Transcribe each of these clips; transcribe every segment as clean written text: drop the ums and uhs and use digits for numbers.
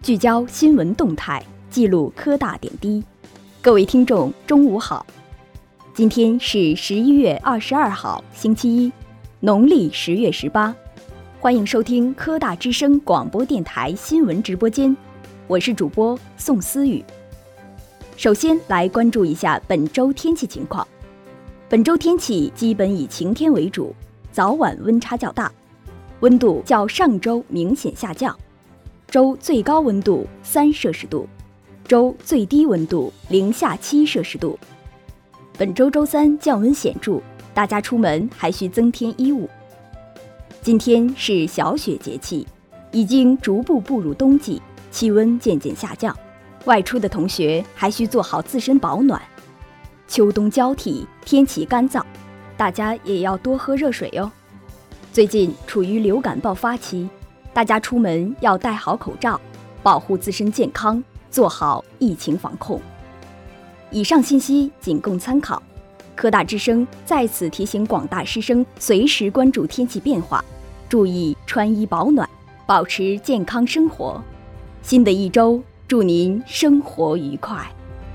聚焦新闻动态，记录科大点滴。各位听众，中午好！今天是11月22号，星期一，农历10月18。欢迎收听科大之声广播电台新闻直播间，我是主播宋思雨。首先来关注一下本周天气情况。本周天气基本以晴天为主，早晚温差较大，温度较上周明显下降。周最高温度3摄氏度，周最低温度零下7摄氏度。本周周三降温显著，大家出门还需增添衣物。今天是小雪节气，已经逐步步入冬季，气温渐渐下降，外出的同学还需做好自身保暖。秋冬交替，天气干燥，大家也要多喝热水哟。最近处于流感爆发期，大家出门要戴好口罩，保护自身健康，做好疫情防控。以上信息仅供参考，科大之声在此提醒广大师生随时关注天气变化，注意穿衣保暖，保持健康生活。新的一周，祝您生活愉快。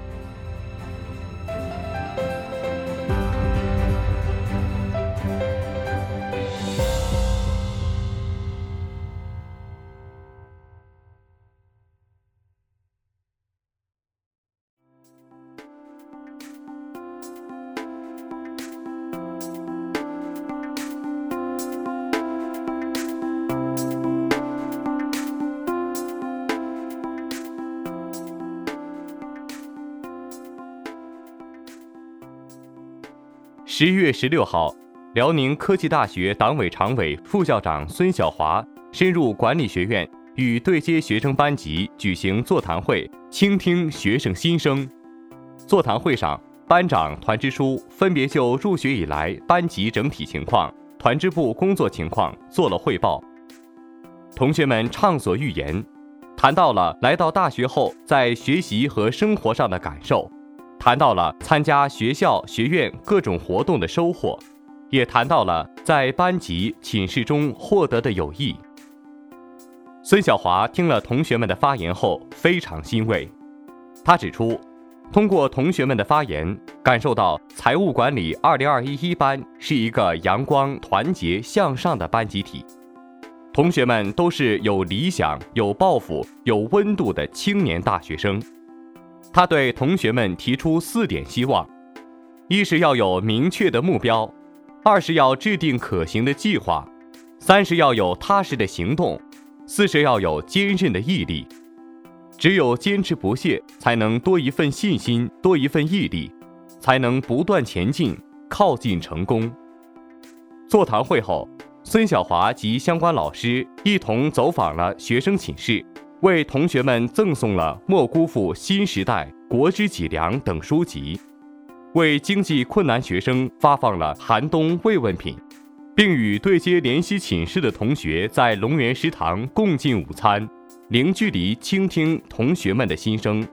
10月16号，辽宁科技大学党委常委、副校长孙晓华深入管理学院，与对接学生班级举行座谈会，倾听学生心声。座谈会上，班长、团支书分别就入学以来班级整体情况、团支部工作情况做了汇报。同学们畅所欲言，谈到了来到大学后在学习和生活上的感受，谈到了参加学校学院各种活动的收获，也谈到了在班级寝室中获得的友谊。孙晓华听了同学们的发言后非常欣慰，他指出，通过同学们的发言，感受到财务管理20211班是一个阳光、团结、向上的班集体，同学们都是有理想、有抱负、有温度的青年大学生。他对同学们提出4点希望：一是要有明确的目标，2是要制定可行的计划，3是要有踏实的行动，4是要有坚韧的毅力。只有坚持不懈，才能多一份信心，多一份毅力，才能不断前进，靠近成功。座谈会后，孙晓华及相关老师一同走访了学生寝室，为同学们赠送了《莫辜负新时代》《国之脊梁》等书籍，为经济困难学生发放了寒冬慰问品，并与对接联系寝室的同学在龙源食堂共进午餐，零距离倾听同学们的心声。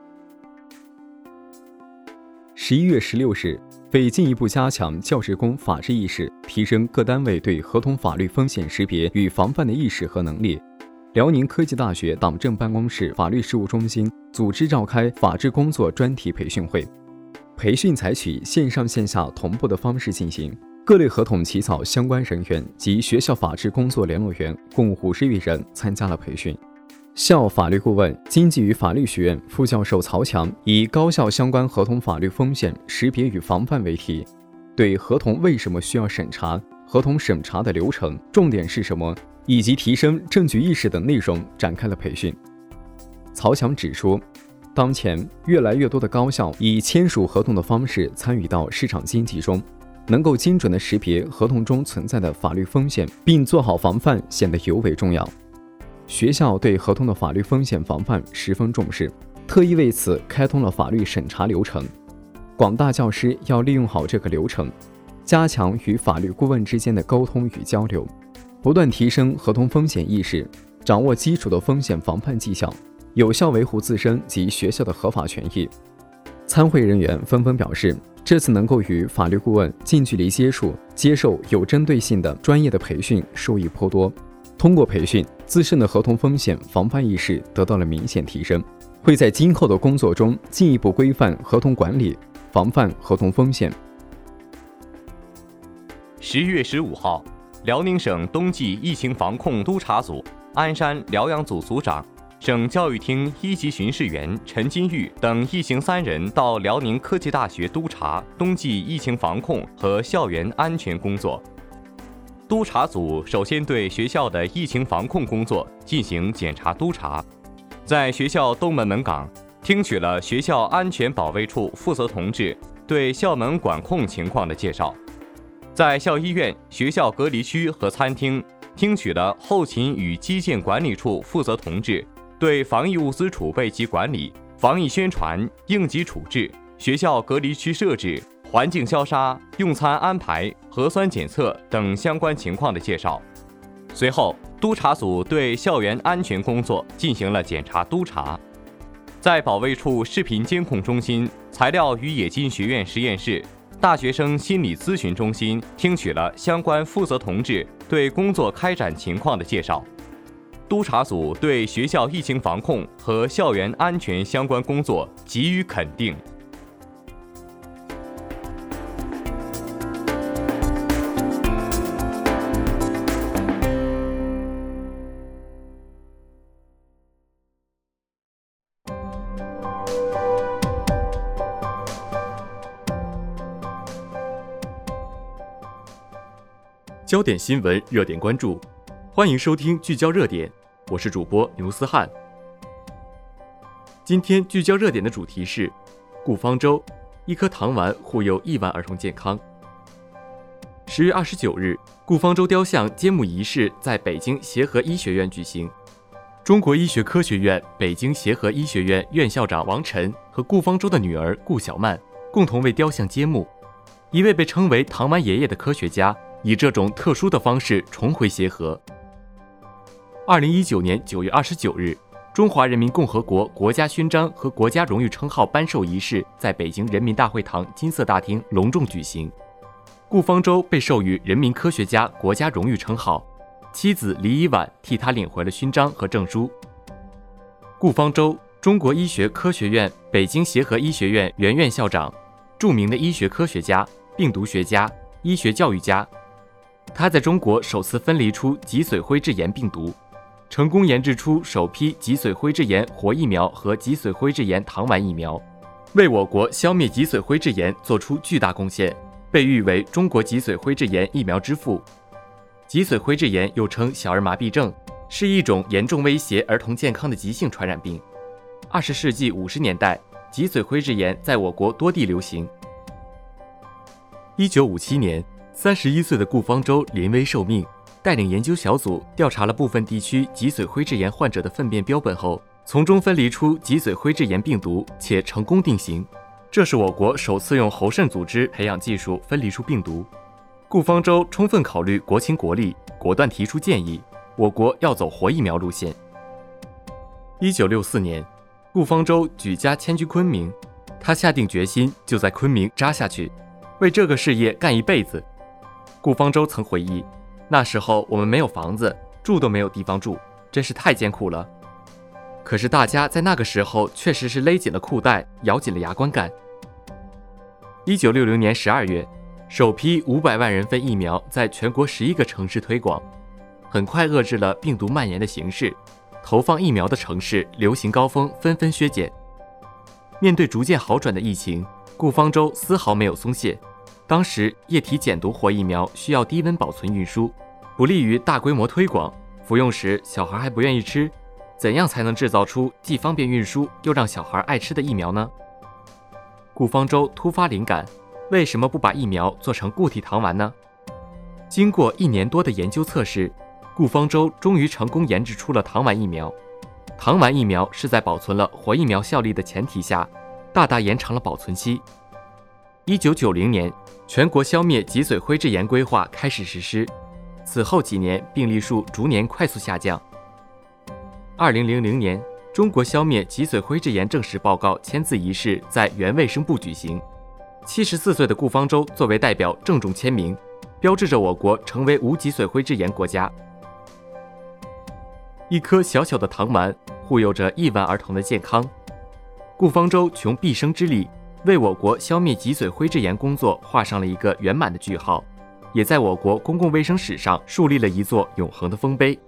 11月16日，为进一步加强教职工法治意识，提升各单位对合同法律风险识别与防范的意识和能力，辽宁科技大学党政办公室法律事务中心组织召开法治工作专题培训会。培训采取线上线下同步的方式进行，各类合同起草相关人员及学校法治工作联络员共50余人参加了培训。校法律顾问、经济与法律学院副教授曹强以高校相关合同法律风险识别与防范为题，对合同为什么需要审查、合同审查的流程、重点是什么，以及提升证据意识等内容展开了培训。曹强指出，当前越来越多的高校以签署合同的方式参与到市场经济中，能够精准地识别合同中存在的法律风险，并做好防范显得尤为重要。学校对合同的法律风险防范十分重视，特意为此开通了法律审查流程。广大教师要利用好这个流程，加强与法律顾问之间的沟通与交流，不断提升合同风险意识，掌握基础的风险防范技巧，有效维护自身及学校的合法权益。参会人员纷纷表示，这次能够与法律顾问近距离接触，接受有针对性的专业的培训，受益颇多。 通过培训，自身的合同风险防范意识得到了明显提升，会在今后的工作中进一步规范合同管理，防范合同风险。 10月15号，辽宁省冬季疫情防控督察组鞍山辽阳组组长、省教育厅1级巡视员陈金玉等一行3人到辽宁科技大学督察冬季疫情防控和校园安全工作。督察组首先对学校的疫情防控工作进行检查督查，在学校东门门岗听取了学校安全保卫处负责同志对校门管控情况的介绍，在校医院、学校隔离区和餐厅听取了后勤与基建管理处负责同志对防疫物资储备及管理、防疫宣传、应急处置、学校隔离区设置、环境消杀、用餐安排、核酸检测等相关情况的介绍。随后，督察组对校园安全工作进行了检查督查，在保卫处视频监控中心、材料与冶金学院实验室、大学生心理咨询中心听取了相关负责同志对工作开展情况的介绍。督察组对学校疫情防控和校园安全相关工作给予肯定。 焦点新闻热点关注，欢迎收听聚焦热点，我是主播牛思翰。今天聚焦热点的主题是顾方舟，一颗糖丸护佑亿万儿童健康。10月29日，顾方舟雕像揭幕仪式在北京协和医学院举行。中国医学科学院北京协和医学院院校长王晨和顾方舟的女儿顾小曼共同为雕像揭幕。一位被称为糖丸爷爷的科学家以这种特殊的方式重回协和。2019年9月29日，中华人民共和国国家勋章和国家荣誉称号颁授仪式在北京人民大会堂金色大厅隆重举行。顾方舟被授予人民科学家国家荣誉称号，妻子李以婉替他领回了勋章和证书。顾方舟，中国医学科学院北京协和医学院原院校长，著名的医学科学家、病毒学家、医学教育家。他在中国首次分离出脊髓灰质炎病毒，成功研制出首批脊髓灰质炎活疫苗和脊髓灰质炎糖丸疫苗，为我国消灭脊髓灰质炎做出巨大贡献，被誉为中国脊髓灰质炎疫苗之父。脊髓灰质炎又称小儿麻痹症，是一种严重威胁儿童健康的急性传染病。20世纪50年代，脊髓灰质炎在我国多地流行。1957年，31岁的顾方舟临危受命，带领研究小组调查了部分地区脊髓灰质炎患者的粪便标本后，从中分离出脊髓灰质炎病毒，且成功定型。这是我国首次用喉肾组织培养技术分离出病毒。顾方舟充分考虑国情国力，果断提出建议，我国要走活疫苗路线。1964年，顾方舟举家迁居昆明，他下定决心就在昆明扎下去，为这个事业干一辈子。顾方舟曾回忆，那时候我们没有房子，住都没有地方住，真是太艰苦了。可是大家在那个时候确实是勒紧了裤带，咬紧了牙关干。1960年12月，首批500万人份疫苗在全国11个城市推广，很快遏制了病毒蔓延的形势，投放疫苗的城市流行高峰纷纷削减。面对逐渐好转的疫情，顾方舟丝毫没有松懈。当时液体减毒活疫苗需要低温保存运输，不利于大规模推广，服用时小孩还不愿意吃，怎样才能制造出既方便运输又让小孩爱吃的疫苗呢？顾方舟突发灵感，为什么不把疫苗做成固体糖丸呢？经过1年多的研究测试，顾方舟终于成功研制出了糖丸疫苗。糖丸疫苗是在保存了活疫苗效力的前提下，大大延长了保存期。1990年，全国消灭脊髓灰质炎规划开始实施，此后几年病例数逐年快速下降。2000年，中国消灭脊髓灰质炎正式报告签字仪式在原卫生部举行，74岁的顾方舟作为代表郑重签名，标志着我国成为无脊髓灰质炎国家。 一颗小小的糖丸护佑着亿万儿童的健康。顾方舟穷毕生之力，为我国消灭脊髓灰质炎工作画上了一个圆满的句号，也在我国公共卫生史上树立了一座永恒的丰碑。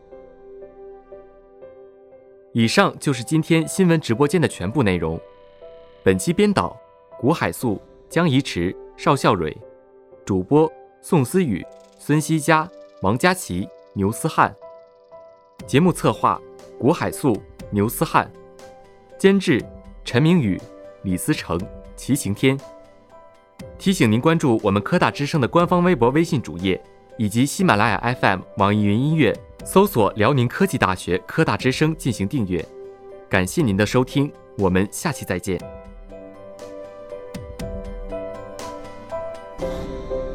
以上就是今天新闻直播间的全部内容。本期编导谷海素、江怡迟、邵孝蕊，主播宋思雨、孙希佳、王佳琪、牛思翰。节目策划谷海素、牛思翰，监制陈明宇、李思成、齐晴天。提醒您关注我们科大之声的官方微博、微信主页，以及喜马拉雅 FM、网易云音乐，搜索辽宁科技大学科大之声进行订阅。感谢您的收听，我们下期再见。